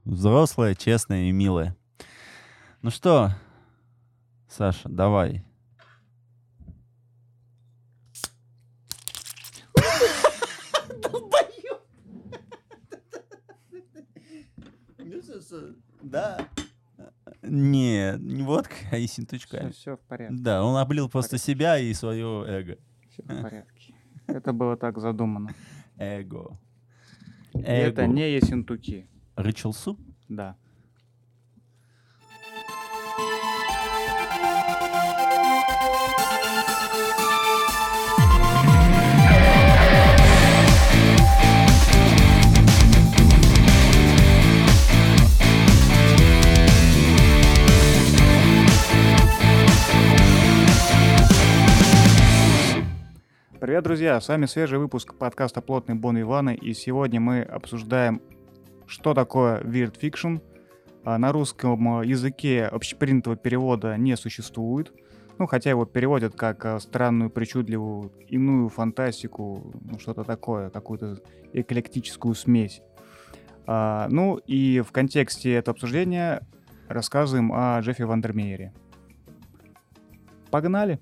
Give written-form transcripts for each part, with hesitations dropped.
Взрослая, честная и милая. Ну что, Саша, давай. Да. Не водка, а ессентучками. Все в порядке. Да, он облил просто себя и свое эго. Все в порядке. Это было так задумано. Эго. И это не ессентуки. Рычал суп? Да. Привет, друзья! С вами свежий выпуск подкаста «Плотный Бон Вивана», и сегодня мы обсуждаем, что такое Weird Fiction. На русском языке общепринятого перевода не существует, хотя его переводят как странную, причудливую, иную фантастику, что-то такое, какую-то эклектическую смесь. И в контексте этого обсуждения рассказываем о Джеффе Вандермеере. Погнали!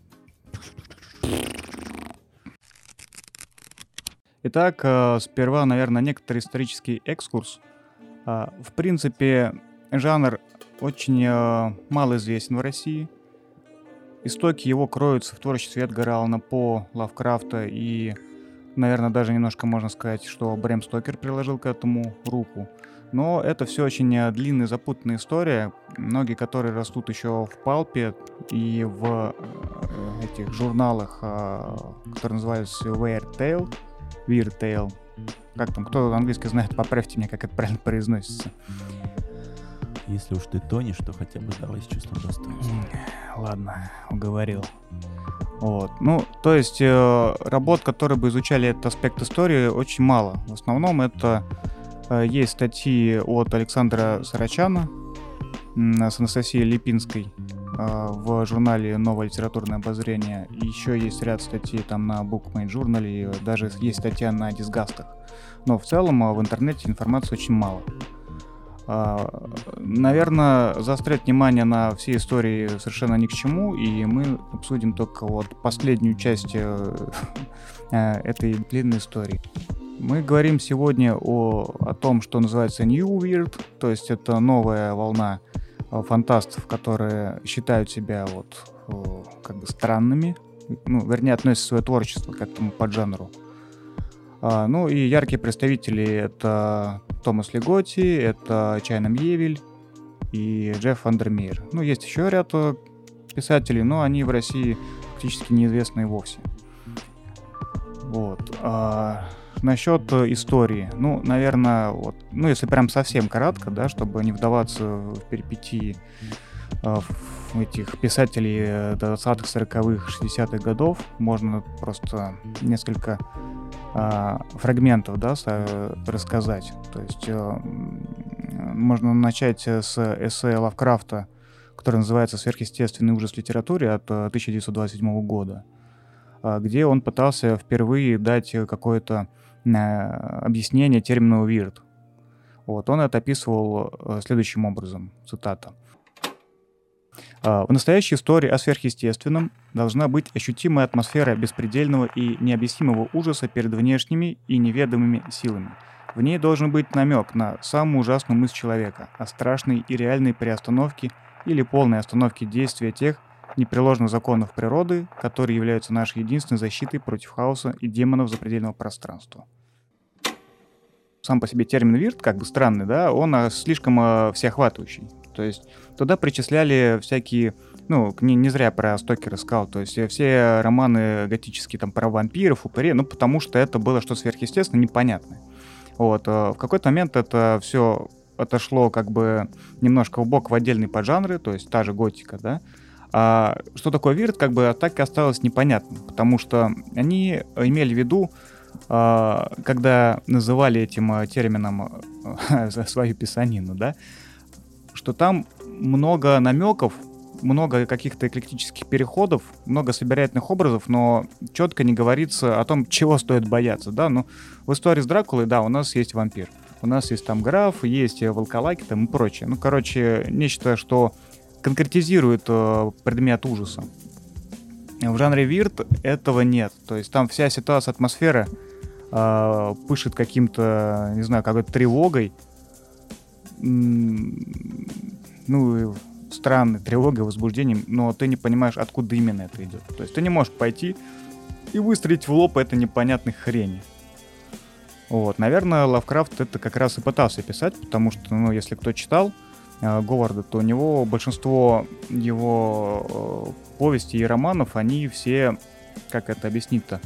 Итак, сперва, наверное, некоторый исторический экскурс. В принципе, жанр очень мало известен в России. Истоки его кроются в творчестве Эдгара Аллана По, Лавкрафта и, наверное, даже немножко можно сказать, что Брэм Стокер приложил к этому руку. Но это все очень длинная, запутанная история, многие которые растут еще в палпе и в этих журналах, которые называются Weird Tale. Как там, кто английский знает, поправьте меня, как это правильно произносится. Если уж ты тонешь, то хотя бы давай с чувством достоинства. Ладно, уговорил. То есть работ, которые бы изучали этот аспект истории, очень мало. В основном это есть статьи от Александра Сорочана с Анастасией Липинской в журнале «Новое литературное обозрение». И еще есть ряд статей там на Bookmate Journal, и даже есть статья на Дисгастах. Но в целом в интернете информации очень мало. Наверное, заострять внимание на всей истории совершенно ни к чему, и мы обсудим только последнюю часть этой длинной истории. Мы говорим сегодня о том, что называется New Weird, то есть это новая волна фантастов, которые считают себя как бы странными, вернее, относят свое творчество к этому поджанру. И яркие представители — это Томас Лиготти, это Чайна Мьевиль и Джефф Вандермеер. Есть еще ряд писателей, но они в России практически неизвестны вовсе. Насчет истории. Наверное, если прям совсем кратко, да, чтобы не вдаваться в перипетии этих писателей 20-х, 40-х, 60-х годов, можно просто несколько фрагментов, да, рассказать. То есть можно начать с эссе Лавкрафта, которое называется «Сверхъестественный ужас в литературе» от 1927 года, где он пытался впервые дать какое-то объяснение термину weird. Он это описывал следующим образом, цитата. В настоящей истории о сверхъестественном должна быть ощутимая атмосфера беспредельного и необъяснимого ужаса перед внешними и неведомыми силами. В ней должен быть намек на самую ужасную мысль человека, о страшной и реальной приостановке или полной остановке действия тех непреложных законов природы, которые являются нашей единственной защитой против хаоса и демонов запредельного пространства. Сам по себе термин «weird», как бы странный, да, он слишком всеохватывающий. То есть туда причисляли всякие, не зря про Стокера сказал, то есть все романы готические там про вампиров, упырей, потому что это было что-то сверхъестественное, непонятное. В какой-то момент это все отошло как бы немножко вбок в отдельные поджанры, то есть та же готика, да. А что такое weird, как бы так и осталось непонятным, потому что они имели в виду, когда называли этим термином свою писанину, да, что там много намеков, много каких-то эклектических переходов, много собирательных образов, но четко не говорится о том, чего стоит бояться, да. В истории с Дракулой, да, у нас есть вампир. у нас есть там граф, есть волколаки там и прочее. Ну, короче, нечто, что конкретизирует предмет ужаса. В жанре вирт этого нет. То есть там вся ситуация, атмосфера пышет каким-то, не знаю, какой-то тревогой. Ну, странной тревогой, возбуждением, но ты не понимаешь, откуда именно это идет. То есть ты не можешь пойти и выстрелить в лоб этой непонятной хрени. Вот, наверное, Лавкрафт это как раз и пытался писать, потому что, ну, если кто читал Говарда, то у него большинство его повестей и романов, они все, как это объяснить-то,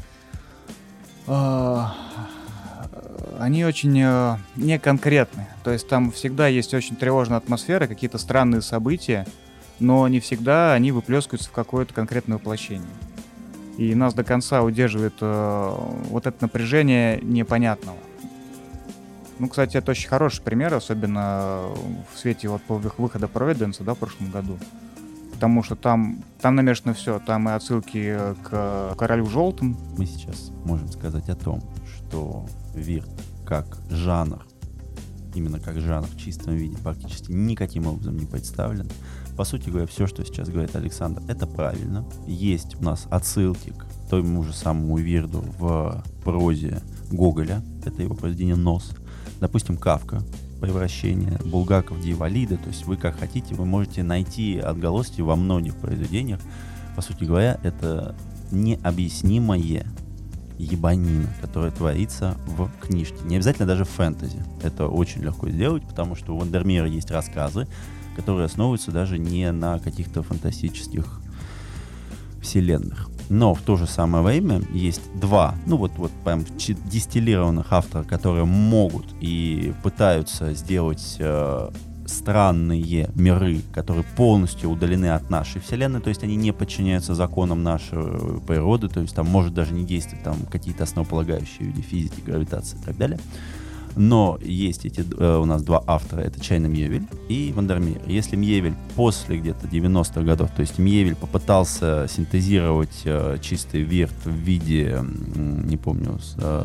они очень неконкретны. То есть там всегда есть очень тревожная атмосфера, какие-то странные события, но не всегда они выплескиваются в какое-то конкретное воплощение. И нас до конца удерживает вот это напряжение непонятного. Ну, кстати, это очень хороший пример, особенно в свете вот выхода Providence, да, в прошлом году. Потому что там намешано все. Там и отсылки к Королю Желтым. Мы сейчас можем сказать о том, что вирт как жанр, именно как жанр в чистом виде, практически никаким образом не представлен. По сути говоря, все, что сейчас говорит Александр, это правильно. Есть у нас отсылки к тому же самому вирду в прозе Гоголя. Это его произведение «Нос». Допустим, Кафка, «Превращение», Булгаков, Дьяволида. То есть вы как хотите, вы можете найти отголоски во многих произведениях. По сути говоря, это необъяснимое ебанина, которая творится в книжке. Не обязательно даже в фэнтези. Это очень легко сделать, потому что у Вандермеера есть рассказы, которые основываются даже не на каких-то фантастических вселенных. Но в то же самое время есть два, ну вот прям дистиллированных автора, которые могут и пытаются сделать странные миры, которые полностью удалены от нашей вселенной, то есть они не подчиняются законам нашей природы, то есть там может даже не действовать там какие-то основополагающие в виде физики, гравитации и так далее. Но есть эти у нас два автора, это Чайна Мьевель и Вандермеер. Если Мьевель после где-то 90-х годов, то есть Мьевель попытался синтезировать чистый вирт в виде, не помню,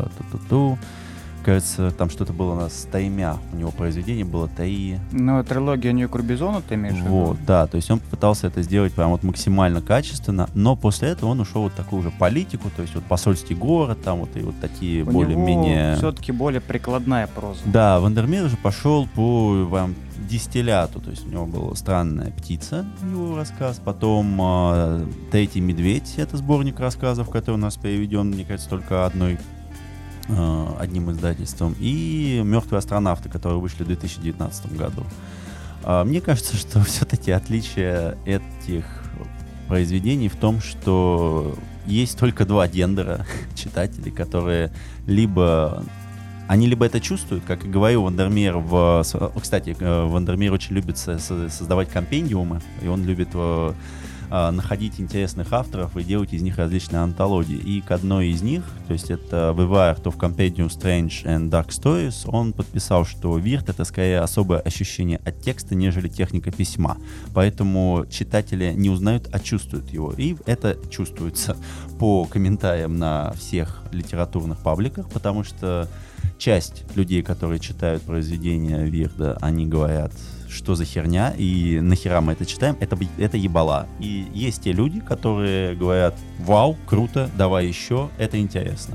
кажется, там что-то было у нас Таймя, у него произведение было Таи. Ну, трилогия Нью Курбизона ты имеешь в виду? Вот, да, то есть он попытался это сделать прям вот максимально качественно, но после этого он ушел вот в такую уже политику, то есть вот посольский город, там вот и вот такие более-менее... все-таки более прикладная проза. Да, Вандермеер же пошел по вам дистилляту, то есть у него была «Странная птица», его рассказ, потом «Третий медведь», это сборник рассказов, который у нас переведен, мне кажется, только одним издательством, и «Мертвые астронавты», которые вышли в 2019 году. Мне кажется, что все-таки отличие этих произведений в том, что есть только два гендера читателей, которые либо это чувствуют, как и говорил Вандермеер кстати, Вандермеер очень любит создавать компендиумы, и он любит находить интересных авторов и делать из них различные антологии. И к одной из них, то есть это The Wire of Compendium Strange and Dark Stories, он подписал, что вирт — это скорее особое ощущение от текста, нежели техника письма. Поэтому читатели не узнают, а чувствуют его. И это чувствуется по комментариям на всех литературных пабликах, потому что часть людей, которые читают произведения Вирда, они говорят, что за херня, и нахера мы это читаем, это ебала. И есть те люди, которые говорят, вау, круто, давай еще, это интересно.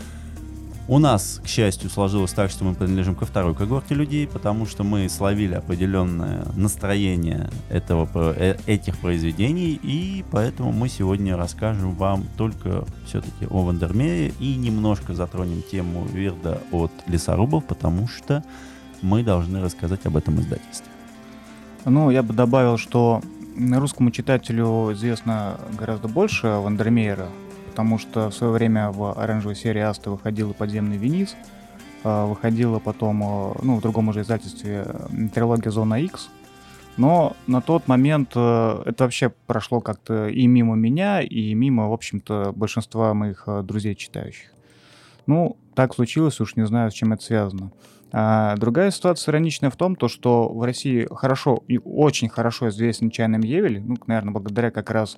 У нас, к счастью, сложилось так, что мы принадлежим ко второй когорте людей, потому что мы словили определенное настроение этих произведений, и поэтому мы сегодня расскажем вам только все-таки о Вандермеере и немножко затронем тему Вирда от лесорубов, потому что мы должны рассказать об этом издательстве. Ну, я бы добавил, что русскому читателю известно гораздо больше Вандермеера, потому что в свое время в оранжевой серии Аста выходил «Подземный Вениз», выходила потом, в другом уже издательстве, трилогия «Зона Икс», но на тот момент это вообще прошло как-то и мимо меня, и мимо, в общем-то, большинства моих друзей читающих. Ну, так случилось, уж не знаю, с чем это связано. А другая ситуация ироничная в том, что в России хорошо и очень хорошо известен Чайна Мьевель, наверное, благодаря как раз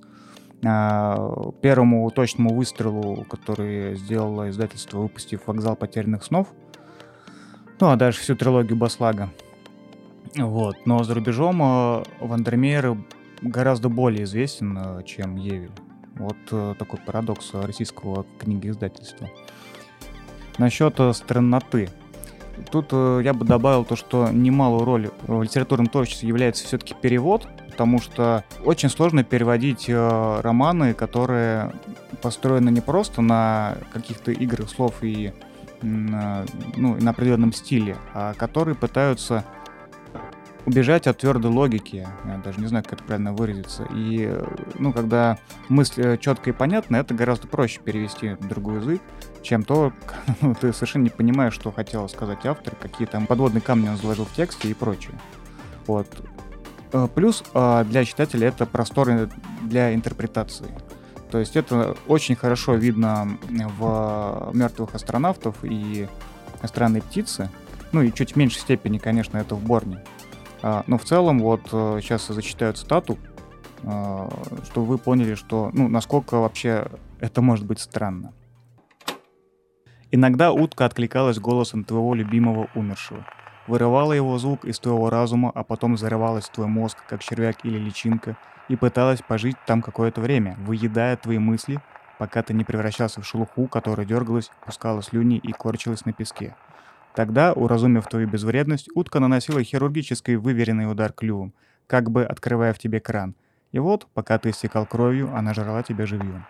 первому точному выстрелу, который сделало издательство, выпустив «Вокзал потерянных снов». Ну, а дальше всю трилогию Баслага. Вот. Но за рубежом Вандермеер гораздо более известен, чем Евель. Вот такой парадокс российского книгоиздательства. Насчет странноты. Тут я бы добавил то, что немалую роль в литературном творчестве является все-таки перевод, потому что очень сложно переводить романы, которые построены не просто на каких-то играх слов и на определенном стиле, а которые пытаются убежать от твердой логики. Я даже не знаю, как это правильно выразиться. И, когда мысль четкая и понятная, это гораздо проще перевести в другой язык, чем то, ты совершенно не понимаешь, что хотел сказать автор, какие там подводные камни он заложил в тексте и прочее. Вот. Плюс для читателя это просторы для интерпретации. То есть это очень хорошо видно в «Мертвых астронавтов» и «Странной птице». Ну и чуть в меньшей степени, конечно, это в «Борне». Но в целом, вот сейчас я зачитаю цитату, чтобы вы поняли, что, насколько вообще это может быть странно. «Иногда утка откликалась голосом твоего любимого умершего, вырывала его звук из твоего разума, а потом зарывалась в твой мозг, как червяк или личинка, и пыталась пожить там какое-то время, выедая твои мысли, пока ты не превращался в шелуху, которая дергалась, пускала слюни и корчилась на песке. Тогда, уразумев твою безвредность, утка наносила хирургический выверенный удар клювом, как бы открывая в тебе кран. И вот, пока ты истекал кровью, она жрала тебя живьем».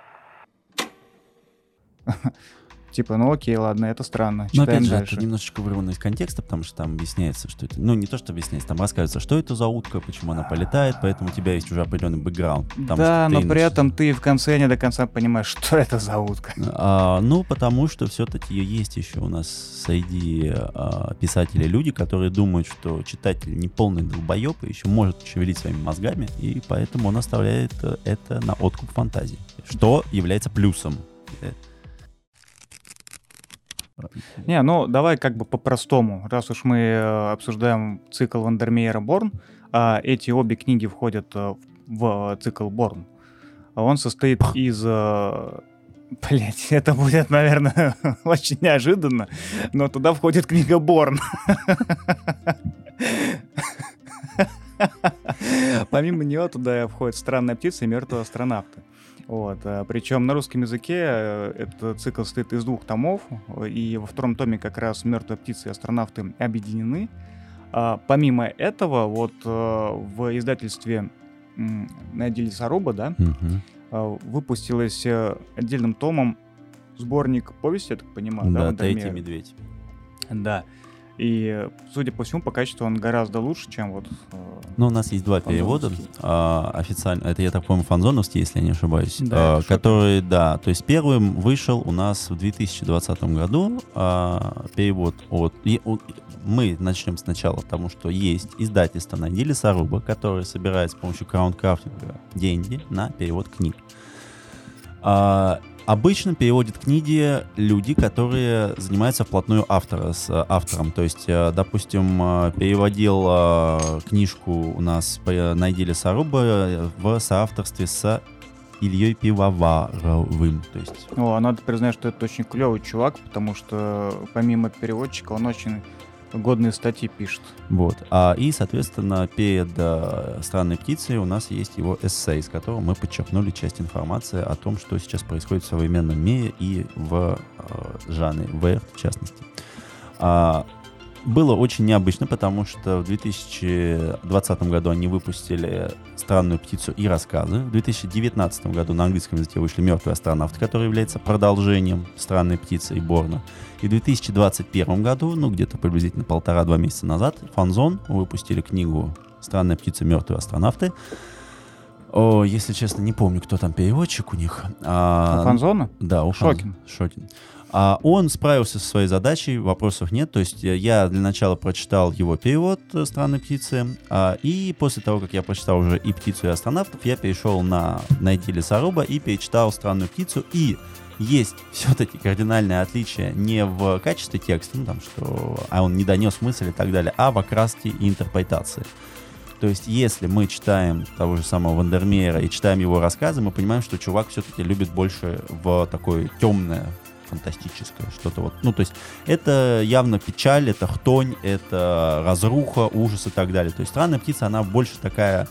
Типа, окей, ладно, это странно. Но Читаем опять же, дальше. это немножечко вырвано из контекста, потому что там объясняется, что это... Не то, что объясняется, там рассказывается, что это за утка, почему она полетает, поэтому у тебя есть уже определенный бэкграунд. Да, но при этом ты в конце не до конца понимаешь, что это за утка. Потому что все-таки есть еще у нас среди писателей люди, которые думают, что читатель не полный долбоеб и еще может шевелить своими мозгами, и поэтому он оставляет это на откуп фантазии, что является плюсом. Давай как бы по-простому. Раз уж мы обсуждаем цикл Вандермеера «Борн», эти обе книги входят в цикл «Борн». Он состоит из... это будет, наверное, очень неожиданно, но туда входит книга «Борн». Помимо нее туда входит «Странная птица» и «Мертвые астронавты». Вот. Причем на русском языке этот цикл состоит из 2 томов, и во 2 томе как раз «Мертвая птица» и «Астронавты» объединены. Помимо этого, вот в издательстве Найди лесоруба, да, выпустилось отдельным томом сборник повести, я так понимаю, да? Да, «Третий медведь». Да. И, судя по всему, по качеству он гораздо лучше, чем вот... У нас есть 2 перевода официально. Это, я так помню, фанзоновский, если я не ошибаюсь. Да, который, да, то есть первым вышел у нас в 2020 году перевод от... Мы начнем сначала, потому что есть издательство «Найди лесоруба», которое собирает с помощью краундкрафтинга деньги на перевод книг. Обычно переводят книги люди, которые занимаются вплотную с автором. То есть, допустим, переводил книжку у нас «Найди лесоруба» в соавторстве с Ильей Пивоваровым. То есть... надо признать, что это очень клевый чувак, потому что помимо переводчика он очень годные статьи пишет. Вот. И, соответственно, перед «Странной птицей» у нас есть его эссе, из которого мы подчеркнули часть информации о том, что сейчас происходит в современном мире и в жанре VR, в частности. Было очень необычно, потому что в 2020 году они выпустили «Странную птицу» и рассказы. В 2019 году на английском языке вышли «Мертвые астронавты», который является продолжением «Странной птицы» и «Борна». И в 2021 году, где-то приблизительно 1,5-2 месяца назад, Фанзон выпустили книгу «Странная птица. Мертвые астронавты». Если честно, не помню, кто там переводчик у них. У Фанзона? Да, у Шокин. Он справился со своей задачей, вопросов нет. То есть я для начала прочитал его перевод «Странной птицы», и после того, как я прочитал уже и «Птицу», и «Астронавтов», я перешел на «Найди лесоруба» и перечитал «Странную птицу». И есть все-таки кардинальное отличие не в качестве текста, что он не донес мысль и так далее, а в окраске и интерпретации. То есть, если мы читаем того же самого Вандермеера и читаем его рассказы, мы понимаем, что чувак все-таки любит больше в такое темное фантастическое, что-то вот. Ну, то есть это явно печаль, это хтонь, это разруха, ужас и так далее. То есть «Странная птица», она больше такая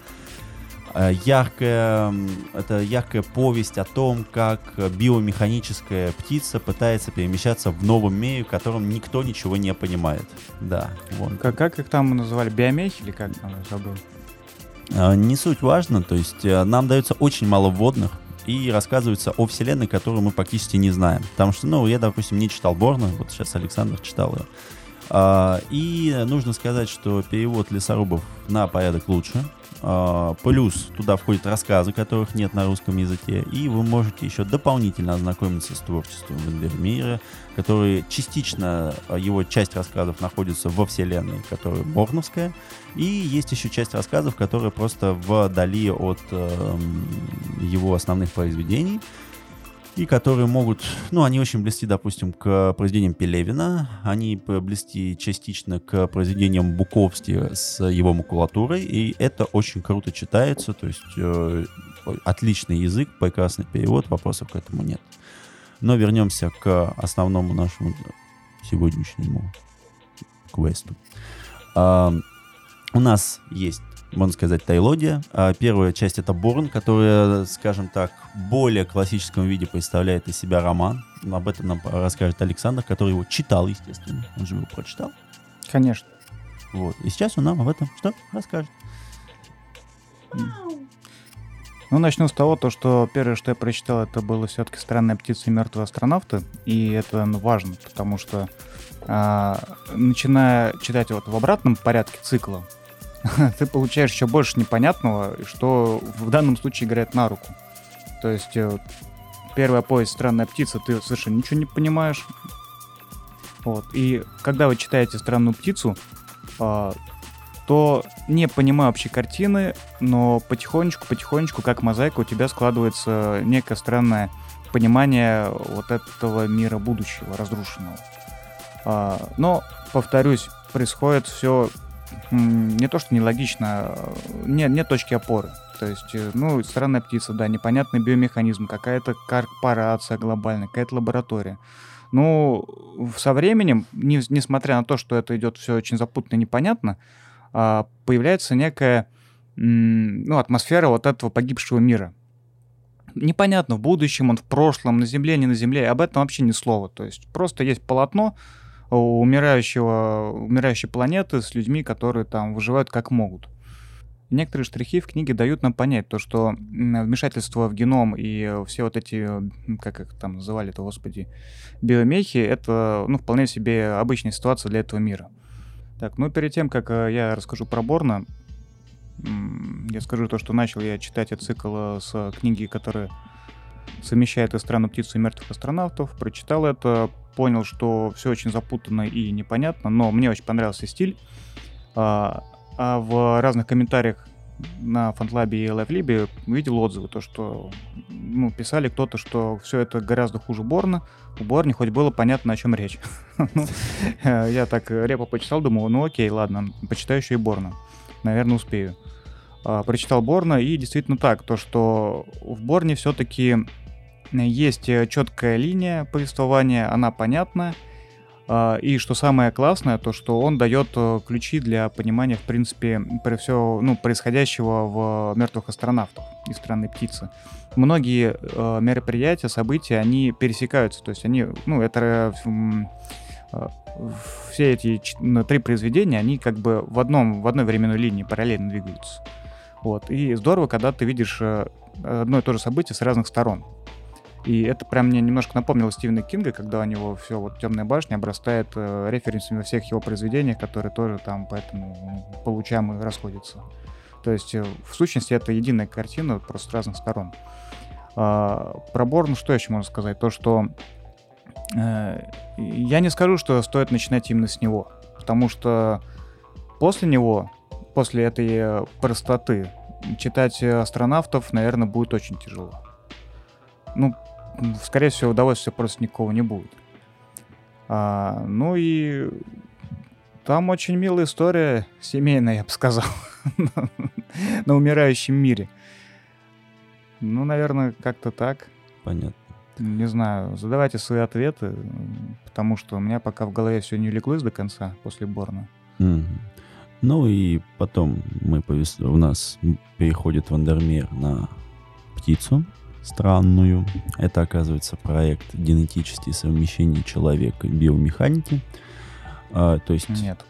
яркая повесть о том, как биомеханическая птица пытается перемещаться в новом мире, в котором никто ничего не понимает. Да, вот. Как их там называли? Биомехи или как там, забыл? Не суть важно, то есть нам дается очень мало вводных и рассказывается о вселенной, которую мы практически не знаем. Потому что, я, допустим, не читал Борна, вот сейчас Александр читал ее. И нужно сказать, что перевод лесорубов на порядок лучше. Плюс туда входят рассказы, которых нет на русском языке, и вы можете еще дополнительно ознакомиться с творчеством Виндермира, который частично, его часть рассказов находится во вселенной, которая борновская, и есть еще часть рассказов, которая просто вдали от его основных произведений, и которые могут, они очень близки, допустим, к произведениям Пелевина, они близки частично к произведениям Буковски с его макулатурой, и это очень круто читается, то есть отличный язык, прекрасный перевод, вопросов к этому нет. Но вернемся к основному нашему сегодняшнему квесту. У нас есть, можно сказать, трилогия. Первая часть — это Борн, которая, скажем так, в более классическом виде представляет из себя роман. Об этом нам расскажет Александр, который его читал, естественно. Он же его прочитал. Конечно. Вот. И сейчас он нам об этом что расскажет. Начну с того, что первое, что я прочитал, это было все-таки «Странная птица и мертвые астронавты». И это важно, потому что начиная читать в обратном порядке цикла, ты получаешь еще больше непонятного, что в данном случае играет на руку. То есть первая повесть «Странная птица», ты совершенно ничего не понимаешь. Вот. И когда вы читаете «Странную птицу», то не понимая общей картины, но потихонечку, как мозаика, у тебя складывается некое странное понимание вот этого мира будущего, разрушенного. Но, повторюсь, происходит все не то, что нелогично, нет точки опоры. То есть, «Странная птица», да, непонятный биомеханизм, какая-то корпорация глобальная, какая-то лаборатория. Со временем, несмотря на то, что это идет все очень запутанно и непонятно, появляется некая атмосфера вот этого погибшего мира. Непонятно, в будущем он, в прошлом, на Земле, не на Земле, об этом вообще ни слова. То есть просто есть полотно умирающей планеты с людьми, которые там выживают как могут. И некоторые штрихи в книге дают нам понять то, что вмешательство в геном и все вот эти, как их там называли-то, господи, биомехи, это, вполне себе обычная ситуация для этого мира. Так, перед тем, как я расскажу про Борна, я скажу то, что начал я читать этот цикл с книги, которая совмещает и «Странную птицу» и «Мертвых астронавтов». Прочитал это, понял, что все очень запутанно и непонятно, но мне очень понравился стиль. А в разных комментариях на Фантлабе и Лайфлибе увидел отзывы, то, что писали кто-то, что все это гораздо хуже Борна. У Борни хоть было понятно, о чем речь. Я так репо почитал, думал, окей, ладно, почитаю еще и Борна. Наверное, успею. Прочитал Борна, и действительно так, то, что в Борне все-таки есть четкая линия повествования, она понятна. И что самое классное, то что он дает ключи для понимания, в принципе, происходящего в «Мертвых астронавтах» и «Странной птице». Многие мероприятия, события, они пересекаются, то есть они, все эти 3 произведения, они как бы в одной временной линии параллельно двигаются. Вот. И здорово, когда ты видишь одно и то же событие с разных сторон. И это прям мне немножко напомнило Стивена Кинга, когда у него все «Темная башня» обрастает референсами во всех его произведениях, которые тоже там поэтому по лучам и расходятся. То есть, в сущности, это единая картина, просто с разных сторон. Про Борн что еще можно сказать? То, что я не скажу, что стоит начинать именно с него, потому что после этой простоты, читать «Астронавтов», наверное, будет очень тяжело. Скорее всего, удовольствия просто никакого не будет. И там очень милая история, семейная, я бы сказал, на умирающем мире. Наверное, как-то так. Понятно. Не знаю, задавайте свои ответы, потому что у меня пока в голове все не улеглось до конца после Борна. Мгм. Ну и потом у нас переходит Вандермеер на птицу странную. Это, оказывается, проект генетические совмещения человека и биомеханики. То есть Нет,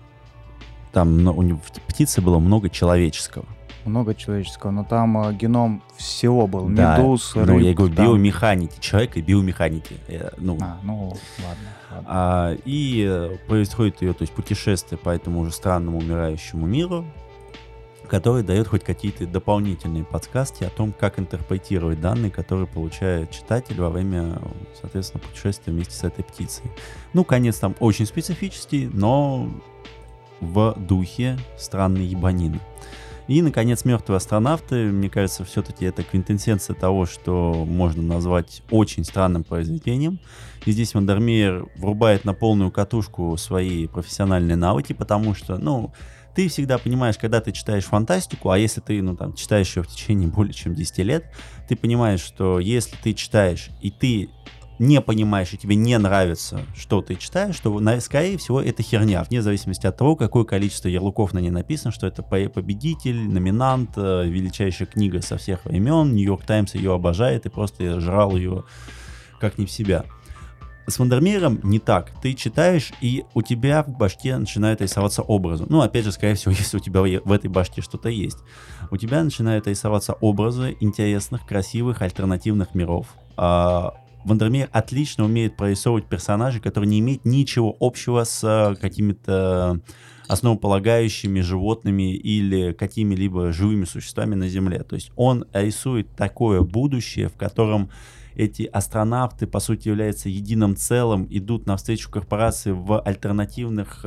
там у него в птице было много человеческого. много человеческого, но там геном всего был. Да, Медуз, ну рыб, я говорю, там... биомеханики, человека и биомеханики. Ну, ну ладно. происходит ее, то есть путешествие по этому уже странному умирающему миру, который дает хоть какие-то дополнительные подсказки о том, как интерпретировать данные, которые получает читатель во время, соответственно, путешествия вместе с этой птицей. Ну, конец там очень специфический, но в духе странной ебанины. И, наконец, «Мертвые астронавты». Мне кажется, все-таки это квинтэссенция того, что можно назвать очень странным произведением. И здесь Вандермеер врубает на полную катушку свои профессиональные навыки, потому что, ну, ты всегда понимаешь, когда ты читаешь фантастику, а если ты, читаешь ее в течение более чем 10 лет, ты понимаешь, что если ты читаешь, и ты не понимаешь, и тебе не нравится, что ты читаешь, то, скорее всего, это херня, вне зависимости от того, какое количество ярлыков на ней написано, что это победитель, номинант, величайшая книга со всех времен, Нью-Йорк Таймс ее обожает и просто жрал ее как не в себя. С Вандермеером не так. Ты читаешь, и у тебя в башке начинает рисоваться образы. Ну, опять же, скорее всего, если у тебя в этой башке что-то есть. У тебя начинают рисоваться образы интересных, красивых, альтернативных миров. Вандермеер отлично умеет прорисовывать персонажей, которые не имеют ничего общего с какими-то основополагающими животными или какими-либо живыми существами на Земле. То есть он рисует такое будущее, в котором эти астронавты, по сути, являются единым целым, идут навстречу корпорации в альтернативных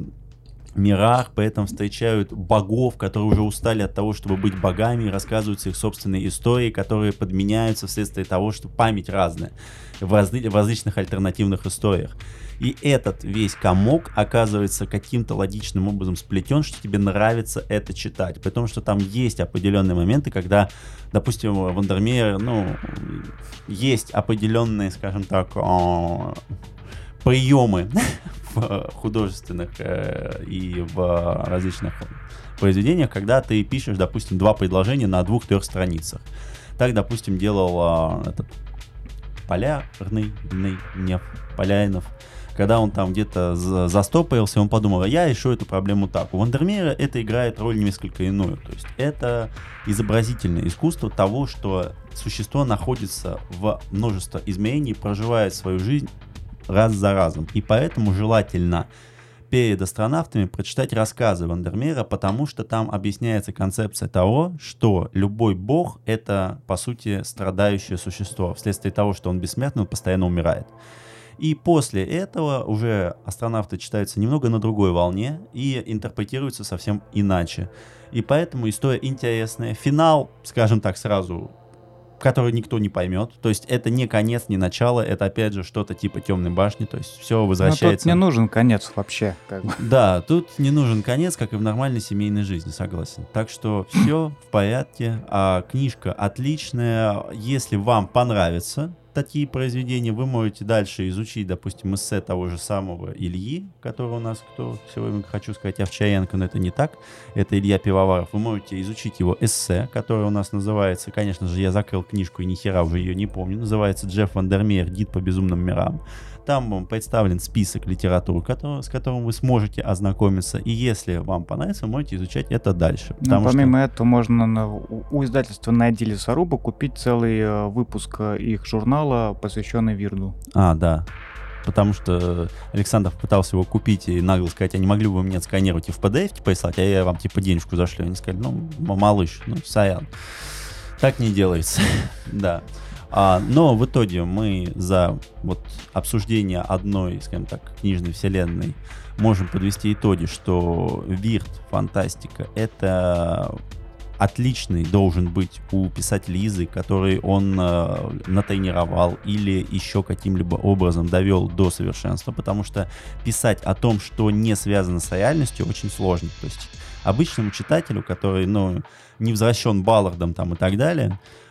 мирах, поэтому встречают богов, которые уже устали от того, чтобы быть богами, и рассказываются их собственные истории, которые подменяются вследствие того, что память разная в различных альтернативных историях. И этот весь комок оказывается каким-то логичным образом сплетен, что тебе нравится это читать. Потому что там есть определенные моменты, когда, допустим, Вандермеер, есть определенные, скажем так, приемы в художественных и в различных произведениях, когда ты пишешь, допустим, 2 предложения на 2-3 страницах. Так, допустим, делал Полярный Полянов, когда он там где-то застопорился, он подумал, я решу эту проблему так. У Вандермеера это играет роль несколько иную. То есть это изобразительное искусство того, что существо находится в множестве измерений, проживает свою жизнь раз за разом. И поэтому желательно перед астронавтами прочитать рассказы Вандермеера, потому что там объясняется концепция того, что любой бог — это, по сути, страдающее существо. Вследствие того, что он бессмертный, он постоянно умирает. И после этого уже астронавты читаются немного на другой волне и интерпретируются совсем иначе. И поэтому история интересная. Финал, скажем так, сразу, который никто не поймет. То есть это не конец, не начало, это опять же что-то типа «Темной башни», то есть все возвращается. Но тут не нужен конец вообще. Да, тут не нужен конец, как и в нормальной семейной жизни, согласен. Так что все в порядке, книжка отличная. Если вам понравится такие произведения, вы можете дальше изучить, допустим, эссе того же самого Ильи, который у нас, кто все время, хочу сказать, Овчаренко, но это не так, это Илья Пивоваров. Вы можете изучить его эссе, которое у нас называется, конечно же, я закрыл книжку и ни хера уже ее не помню, называется «Джефф Вандермеер. Гид по безумным мирам». Там вам представлен список литературы, с которым вы сможете ознакомиться. И если вам понравится, вы можете изучать это дальше. Помимо этого, можно у издательства «Найди лесоруба» купить целый выпуск их журнала, посвященный Вирду. Да. Потому что Александр пытался его купить и нагло сказать, а не могли бы вы мне отсканировать и в PDF прислать, а я вам денежку зашлю. Они сказали, малыш, сорян. Так не делается. Да. Но в итоге мы за обсуждение одной, скажем так, книжной вселенной можем подвести итоги, что Вирд, фантастика, это отличный должен быть у писателя язык, который он натренировал или еще каким-либо образом довел до совершенства, потому что писать о том, что не связано с реальностью, очень сложно. То есть обычному читателю, который, не возвращен Баллардом там и так далее,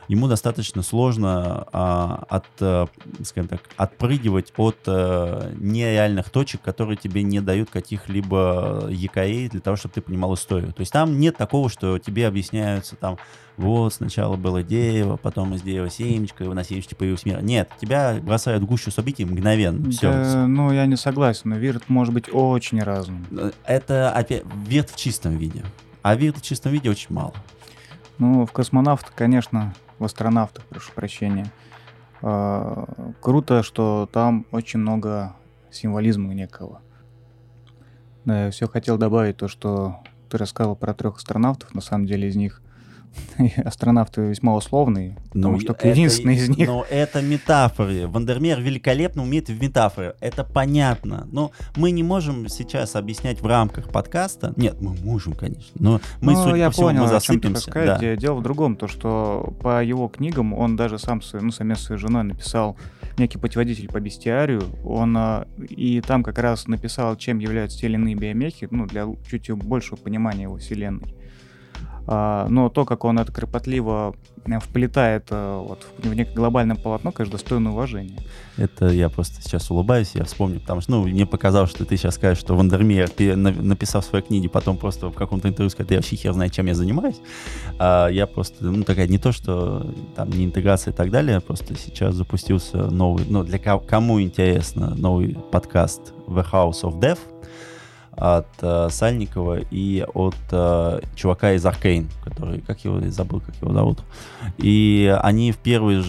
ему достаточно сложно скажем так, отпрыгивать от нереальных точек, которые тебе не дают каких-либо ЕКЭ для того, чтобы ты понимал историю. То есть там нет такого, что тебе объясняются там, вот сначала было дерево, потом из дерева семечко, и на семечке появился мир. Нет, тебя бросают в гущу событий мгновенно. Все. Да, ну, я не согласен. Вирт может быть очень разным. Это опять Вирт в чистом виде. А Вирт в чистом виде очень мало. Ну, в космонавтах, конечно, в астронавтах, прошу прощения. Круто, что там очень много символизма некого. Да, я все хотел добавить то, что ты рассказывал про 3 астронавтов. На самом деле из них астронавты весьма условные, потому что единственный из них... Но это метафоры. Вандермеер великолепно умеет в метафоры. Это понятно. Но мы не можем сейчас объяснять в рамках подкаста. Нет, мы можем, конечно. Но мы, судя по всему, мы засыпемся. Да. Дело в другом. То, что по его книгам он даже сам совместно с своей женой написал некий путеводитель по бестиарию. Он и там как раз написал, чем являются те или иные биомехи, для чуть большего понимания его вселенной. Но то, как он это кропотливо вплетает в некое глобальное полотно, конечно, достойно уважения. Это я просто сейчас улыбаюсь, я вспомню, потому что мне показалось, что ты сейчас скажешь, что Вандермеер, написав в своей книге, потом просто в каком-то интервью сказать, я вообще хер знает, чем я занимаюсь. Я просто, такая не то, что там не интеграция и так далее, просто сейчас запустился новый, для кому интересно, новый подкаст The House of Death от Сальникова и от чувака из Arcane, который, забыл, как его зовут. И они в первой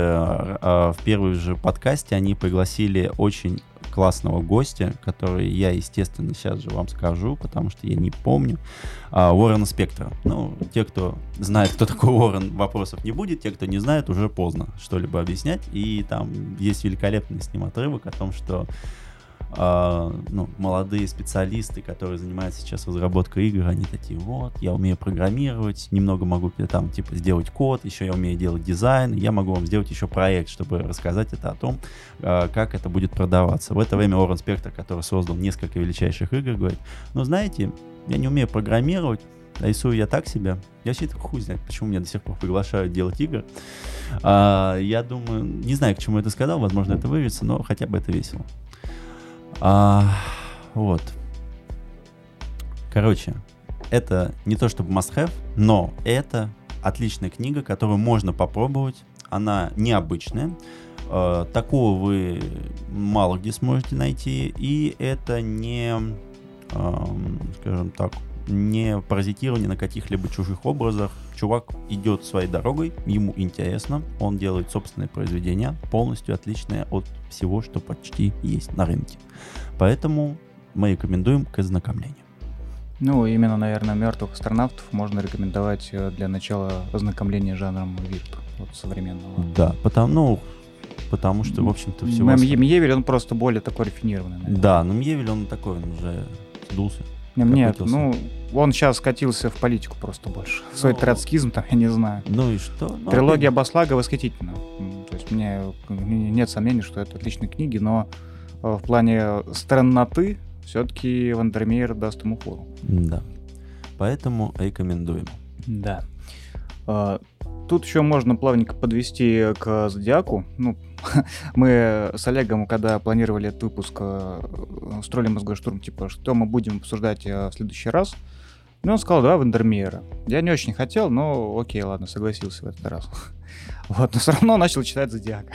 же подкасте они пригласили очень классного гостя, который я, естественно, сейчас же вам скажу, потому что я не помню, Уоррена Спектора. Те, кто знает, кто такой Уоррен, вопросов не будет, те, кто не знает, уже поздно что-либо объяснять. И там есть великолепный с ним отрывок о том, что молодые специалисты, которые занимаются сейчас разработкой игр, они такие, я умею программировать, немного могу там сделать код, еще я умею делать дизайн, я могу вам сделать еще проект, чтобы рассказать это о том, как это будет продаваться. В это время Уоррен Спектор, который создал несколько величайших игр, говорит, знаете, я не умею программировать, рисую я так себе. Я вообще хуй знает, почему меня до сих пор приглашают делать игры. Я думаю, не знаю, к чему это сказал, возможно, это вырвется, но хотя бы это весело. Короче, это не то чтобы must-have, но это отличная книга, которую можно попробовать. Она необычная. Такого вы мало где сможете найти. И это не, скажем так, не паразитирование на каких-либо чужих образах. Чувак идет своей дорогой, ему интересно, он делает собственное произведение, полностью отличное от всего, что почти есть на рынке. Поэтому мы рекомендуем к ознакомлению. Именно, наверное, «Мертвых астронавтов» можно рекомендовать для начала ознакомления с жанром вирт, современного. Да, потому что, в общем-то, все... Мьевель, он просто более такой рафинированный. Наверное. Да, но Мьевель, он такой, он уже сдулся. Нет, он сейчас скатился в политику просто больше. В свой троцкизм там, я не знаю. Ну и что? Трилогия Баслага восхитительна. То есть мне нет сомнений, что это отличные книги, но в плане странноты все-таки Вандермеер даст ему фору. Да. Поэтому рекомендуем. Да. Тут еще можно плавненько подвести к Зодиаку. Мы с Олегом, когда планировали этот выпуск, устроили мозговой штурм, что мы будем обсуждать в следующий раз. Он сказал, давай Вандермеера. Я не очень хотел, но окей, ладно, согласился в этот раз. Но все равно начал читать Зодиака.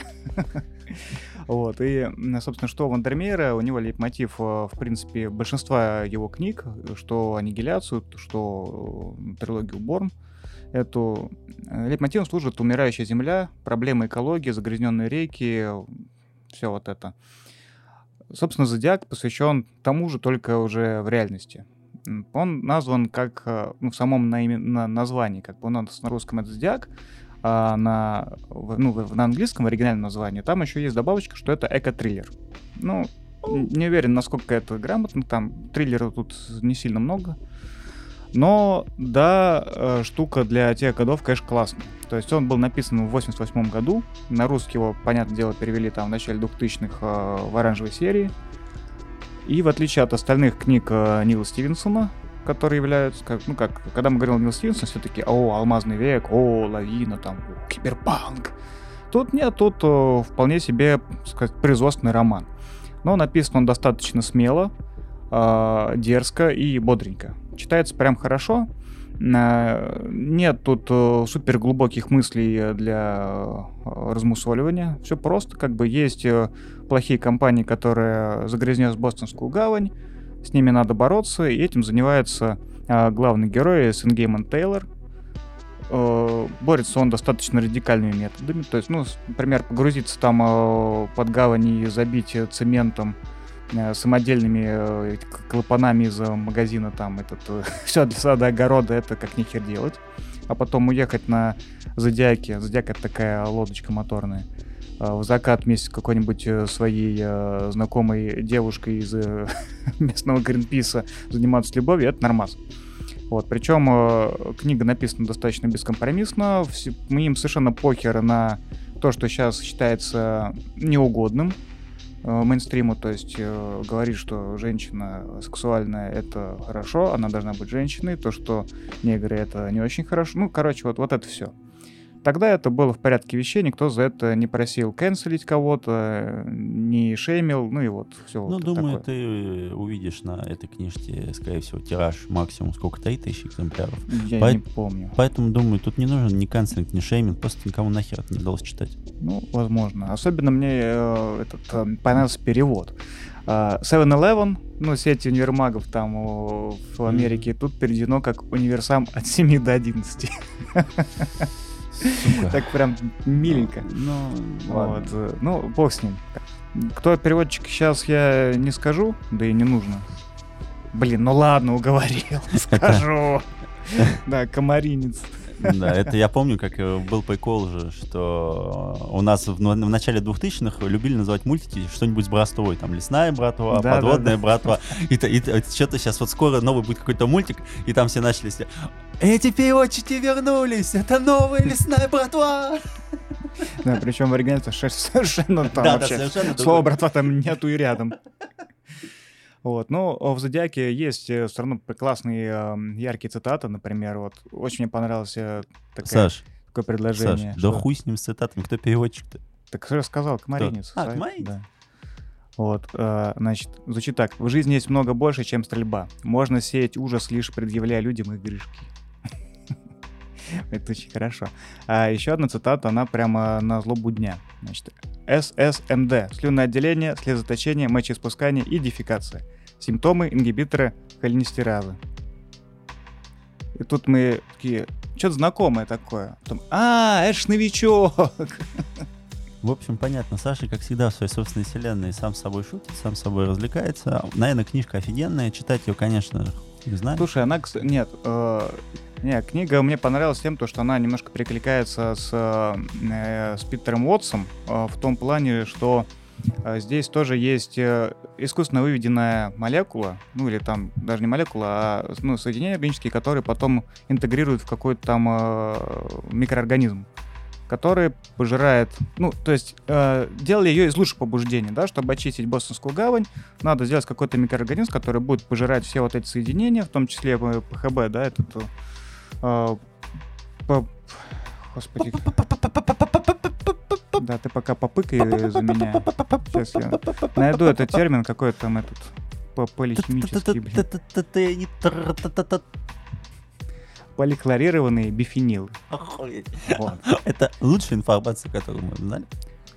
И, собственно, что у Вандермеера, у него лейтмотив, в принципе, большинства его книг, что «Аннигиляцию», что трилогию «Борн». Эту лейтмотивом служит умирающая земля, проблемы экологии, загрязненные реки, все это. Собственно, «Зодиак» посвящен тому же, только уже в реальности. Он назван как в самом названии, у нас на русском это «Зодиак», а на английском, в оригинальном названии, там еще есть добавочка, что это эко-триллер. Не уверен, насколько это грамотно, там триллеров тут не сильно много. Но, да, штука для тех годов, конечно, классная. То есть он был написан в 88 году. На русский его, понятное дело, перевели там в начале 2000-х в оранжевой серии. И в отличие от остальных книг Нила Стивенсона, которые являются, когда мы говорим о Нил Стивенсоне, все таки алмазный век, лавина, там, киберпанк. Тут нет, тут вполне себе, так сказать, производственный роман. Но написан он достаточно смело, дерзко и бодренько. Читается прям хорошо. Нет тут супер глубоких мыслей для размусоливания. Все просто, есть плохие компании, которые загрязняют Бостонскую гавань. С ними надо бороться, и этим занимается главный герой Сэн Гейман Тейлор. Борется он достаточно радикальными методами. То есть, например, погрузиться там под гавань и забить цементом самодельными клапанами из магазина, там, все для сада, огорода, это как нихер делать. А потом уехать на Зодиаке. Зодиак — это такая лодочка моторная. В закат вместе с какой-нибудь своей знакомой девушкой из местного Гринписа заниматься любовью — это нормас. Причем книга написана достаточно бескомпромиссно. Им совершенно похер на то, что сейчас считается неугодным мейнстриму, то есть говорит, что женщина сексуальная — это хорошо, она должна быть женщиной, то, что негры — это не очень хорошо. Вот это все. Тогда это было в порядке вещей, никто за это не просил канцелить кого-то, не шеймил, все. Думаю, такое. Ты увидишь на этой книжке, скорее всего, тираж максимум 3000 экземпляров. Я не помню. Поэтому, думаю, тут не нужен ни канцелинг, ни шейминг, просто никому нахер это не удалось читать. Возможно. Особенно мне понравился перевод. 7-Eleven, сеть универмагов там в Америке, тут переведено как универсам от 7 до 11. Сука. Так прям миленько. Бог с ним. Кто переводчик, сейчас я не скажу, да и не нужно. Ладно, уговорил, скажу. Да, комаринец. Да, это я помню, как был прикол же, что у нас в начале 2000-х любили называть мультики что-нибудь с братвой, там лесная братва, подводная братва. И что-то сейчас скоро новый будет какой-то мультик, и там все начали: эти переводчики вернулись, это новая лесная братва. Да, причем в оригинале совершенно там вообще слова братва там нету и рядом. В «Зодиаке» есть все равно классные яркие цитаты, например, очень мне понравилось такое предложение. Саш, да хуй с ним с цитатами, кто переводчик-то? Так что сказал, комаринец. Комаринец? Да. Значит, звучит так: в жизни есть много больше, чем стрельба. Можно сеять ужас, лишь предъявляя людям их грешки. Это очень хорошо. А еще одна цитата, она прямо на злобу дня. Значит, ССМД. Слюноотделение, слезоточение, мочеиспускание и дефекация. Симптомы ингибитора холинестеразы. И тут мы такие: что-то знакомое такое. Потом: это ж новичок. В общем, понятно, Саша, как всегда, в своей собственной вселенной сам с собой шутит, сам с собой развлекается. Наверное, книжка офигенная, читать ее, конечно, не знаю. Слушай, она, нет, книга мне понравилась тем, что она немножко перекликается с Питером Уотсом в том плане, что здесь тоже есть искусственно выведенная молекула, или там даже не молекула, а соединения органические, которые потом интегрируют в какой-то там микроорганизм, который пожирает, делали ее из лучших побуждений, да, чтобы очистить Бостонскую гавань, надо сделать какой-то микроорганизм, который будет пожирать все эти соединения, в том числе ПХБ, да, Господи. Да, ты пока попыкай за меня. Сейчас я найду этот термин, какой там полихимический, полихлорированные бифенилы. Это лучшая информация, которую мы знали.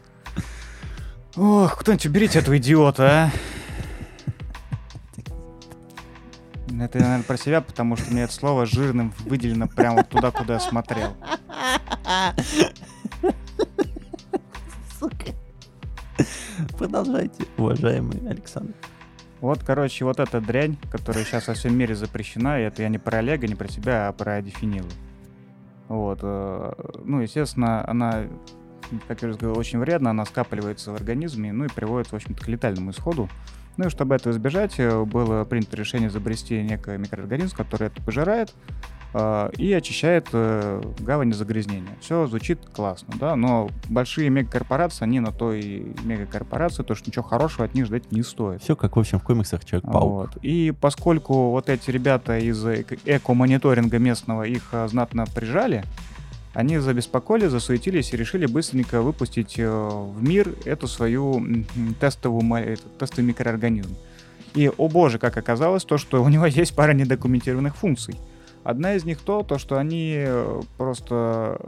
Ох, кто-нибудь уберите этого идиота, а? Это, наверное, про себя, потому что мне это слово жирным выделено прямо туда, куда я смотрел. Сука. Продолжайте, уважаемый Александр. Эта дрянь, которая сейчас во всем мире запрещена, и это я не про Олега, не про тебя, а про дифенилы. Естественно, она, как я уже сказал, очень вредна, она скапливается в организме, и приводит, в общем-то, к летальному исходу. И чтобы этого избежать, было принято решение изобрести некий микроорганизм, который это пожирает, и очищает гавань от загрязнения. Все звучит классно, да, но большие мегакорпорации, они на то и мегакорпорации, то, что ничего хорошего от них ждать не стоит. Все как, в общем, в комиксах Человек-паук. Вот. И поскольку вот эти ребята из эко-мониторинга местного их знатно прижали, они забеспокоились, засуетились и решили быстренько выпустить в мир эту свою тестовый микроорганизм. И, о боже, как оказалось, то, что у него есть пара недокументированных функций. Одна из них то, что они просто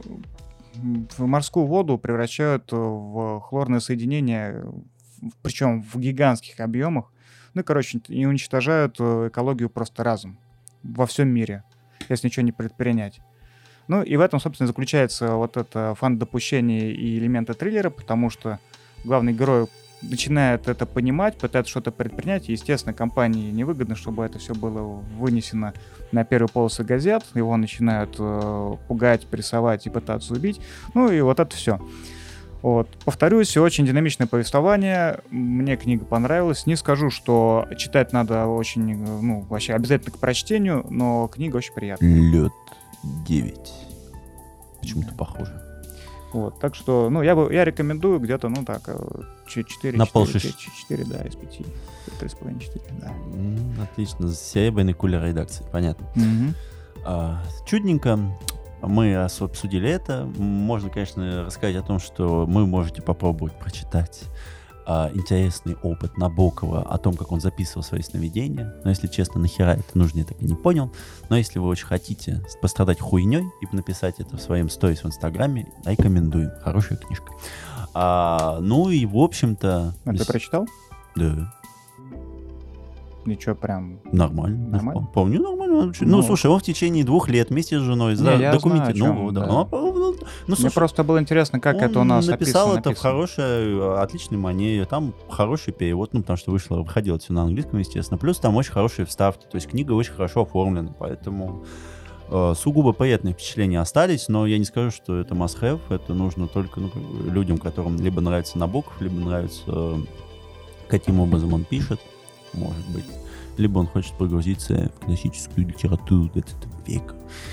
в морскую воду превращают в хлорное соединение, причем в гигантских объемах. Ну и, короче, и уничтожают экологию просто разом во всем мире, если ничего не предпринять. Ну и в этом, собственно, заключается вот это фан-допущение и элементы триллера, потому что главный герой начинает это понимать, пытается что-то предпринять, и, естественно, компании невыгодно, чтобы это все было вынесено на первые полосы газет, его начинают пугать, прессовать и пытаться убить, ну и вот это все. Вот. Повторюсь, очень динамичное повествование, мне книга понравилась, не скажу, что читать надо очень, вообще обязательно к прочтению, но книга очень приятная. Лед 9. Почему-то похоже. Вот, так что, я рекомендую где-то, 4, на 4, да, из 5. 3,5, 4, да. Отлично, серебряный кулер редакции, понятно. Угу. Чудненько. Мы обсудили это. Можно, конечно, рассказать о том, что вы можете попробовать прочитать интересный опыт Набокова о том, как он записывал свои сновидения. Но, если честно, нахера это нужно, я так и не понял. Но если вы очень хотите пострадать хуйней и написать это в своем сторис в Инстаграме, рекомендую. Хорошая книжка. И, в общем-то... А ты прочитал? Да. Ничего, прям... Нормально? Помню, нормально. Слушай, он в течение 2 лет вместе с женой документировал. Мне просто было интересно, как это у нас написал это в хорошей, отличной манере. Там хороший перевод, потому что выходило все на английском, естественно. Плюс там очень хорошие вставки. То есть книга очень хорошо оформлена, поэтому сугубо приятные впечатления остались, но я не скажу, что это must-have. Это нужно только людям, которым либо нравится Набоков, либо нравится, каким образом он пишет. Может быть. Либо он хочет погрузиться в классическую литературу 20 века.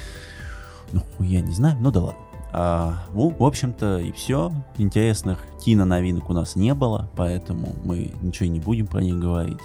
Я не знаю, да ладно. В общем-то, и все. Интересных киноновинок у нас не было, поэтому мы ничего не будем про них говорить.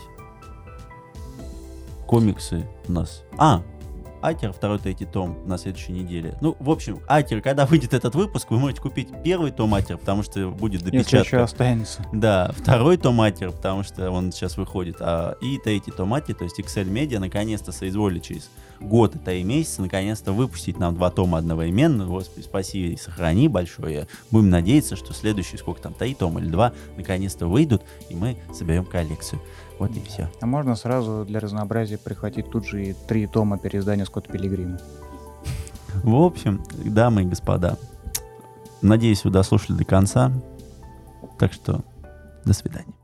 Комиксы у нас... Атер, 2-3 том на следующей неделе. В общем, Атер, когда выйдет этот выпуск, вы можете купить 1 том Атер, потому что будет допечатка. Если еще останется. Да, 2 том Атер, потому что он сейчас выходит. И 3 том Атер, то есть Excel Media, наконец-то соизволили через год и 3 месяца наконец-то выпустить нам 2 тома одновременно. Господи, спаси и сохрани большое. Будем надеяться, что следующие, 3 тома или 2, наконец-то выйдут, и мы соберем коллекцию. Вот и все. А можно сразу для разнообразия прихватить тут же и 3 тома переиздания Скотта Пилигрима. В общем, дамы и господа, надеюсь, вы дослушали до конца. Так что, до свидания.